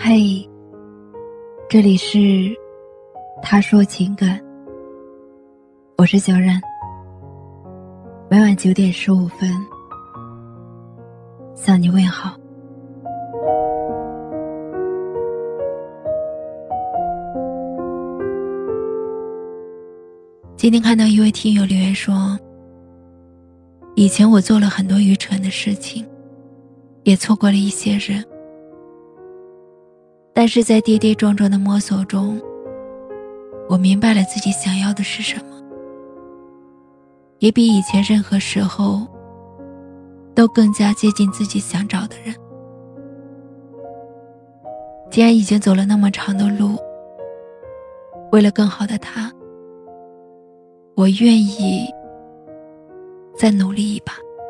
嘿，这里是他说情感，我是小冉，每晚9点15分向你问好。今天看到一位听友留言说，以前我做了很多愚蠢的事情，也错过了一些人，但是在跌跌撞撞的摸索中，我明白了自己想要的是什么，也比以前任何时候都更加接近自己想找的人。既然已经走了那么长的路，为了更好的他，我愿意再努力一把。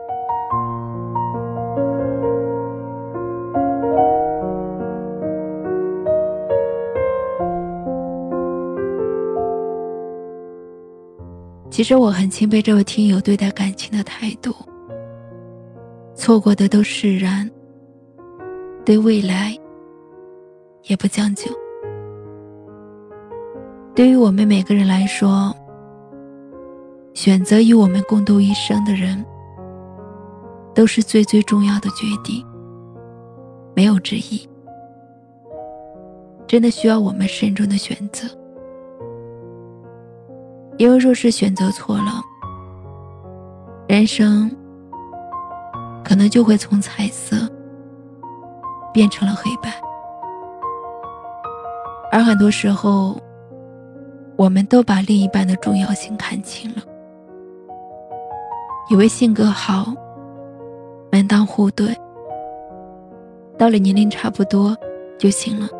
其实我很钦佩这位听友对待感情的态度，错过的都释然，对未来也不将就。对于我们每个人来说，选择与我们共度一生的人，都是最重要的决定，没有之一，真的需要我们慎重的选择。因为若是选择错了，人生可能就会从彩色变成了黑白。而很多时候，我们都把另一半的重要性看清了，以为性格好，门当户对，到了年龄差不多就行了。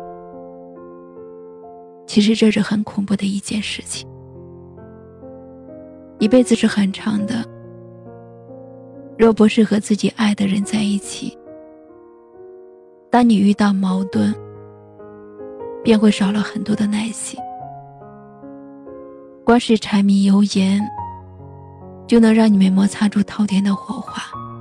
其实这是很恐怖的一件事情。一辈子是很长的，若不是和自己爱的人在一起，当你遇到矛盾，便会少了很多的耐心。光是柴米油盐，就能让你们摩擦出滔天的火花。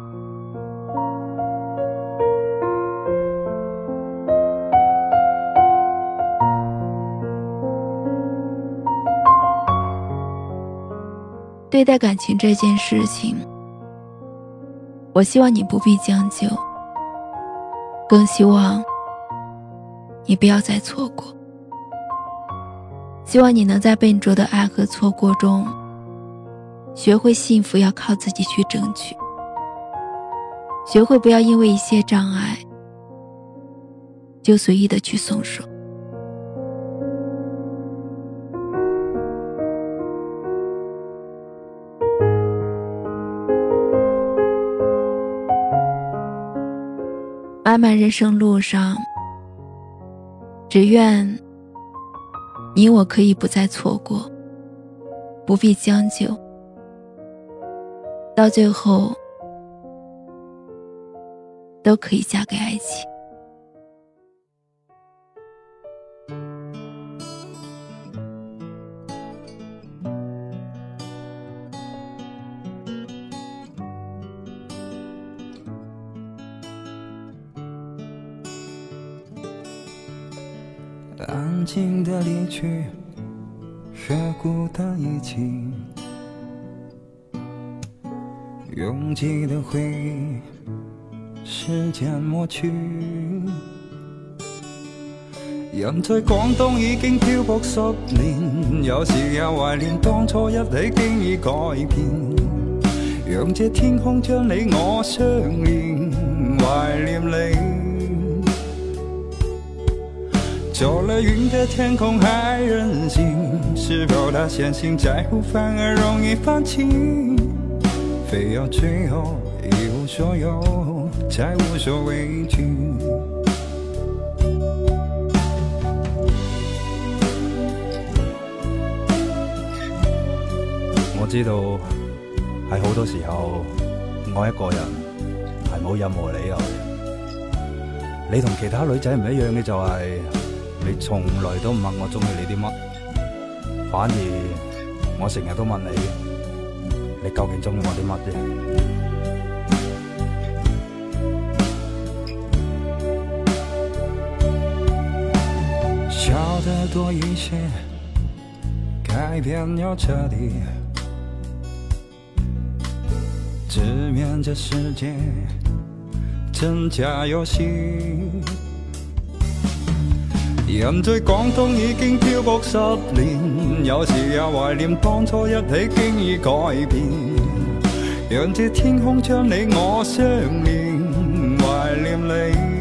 对待感情这件事情，我希望你不必将就，更希望你不要再错过。希望你能在笨拙的爱和错过中，学会幸福要靠自己去争取，学会不要因为一些障碍就随意的去松手。漫漫人生路上，只愿你我可以不再错过，不必将就，到最后都可以嫁给爱情。 安静的离去，越孤单一起，拥挤的回忆，时間抹去。人在廣東已經漂泊10年，有時也懷念當初一起經已改變，讓這天空將你我相連，懷念你。走了雲的天空還任性，是否他相信在乎反而容易放棄，非要最後一無所有才無所畏懼。我知道喺好多時候愛一個人係冇任何理由嘅，你同其他女仔唔一樣嘅就係你從來都唔問我中意你啲乜，反而我成日都問你究竟中意我啲乜啫。 的多一些，改变要彻底，直面这世界真假遊戲。人在廣東已經漂泊10年，有時也懷念當初一起經已改變，讓這天空將你我相連，懷念你。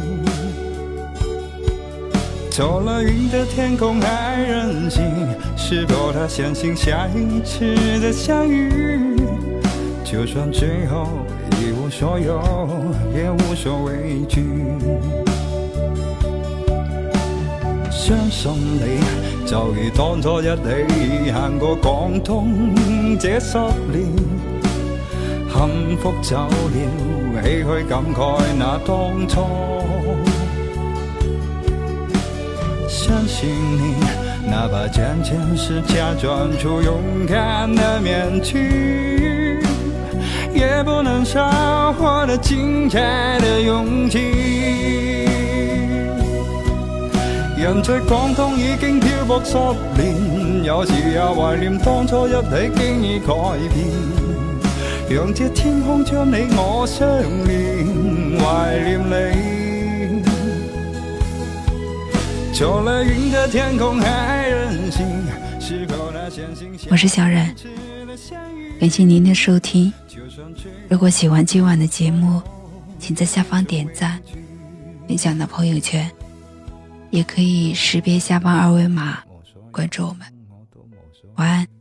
走了雲的天空還任性，是否他相信下一次的相遇，就算最後一無所有，也無所畏懼。相信你就如當初一起行過廣東這10年，幸福走了，唏噓感慨那當初。相信你，哪怕漸漸是假裝出勇敢的面具，也不能少我的精彩的勇氣。人在廣東已經漂泊10年，有時也懷念當初一起經已改變，讓這天空將你我相連，懷念你。走了雲的天空還任性，是否那相信我是小冉，感謝您的收聽。如果喜歡今晚的節目，請在下方點讚，分享到朋友圈，也可以識別下方二維碼關注我們。晚安。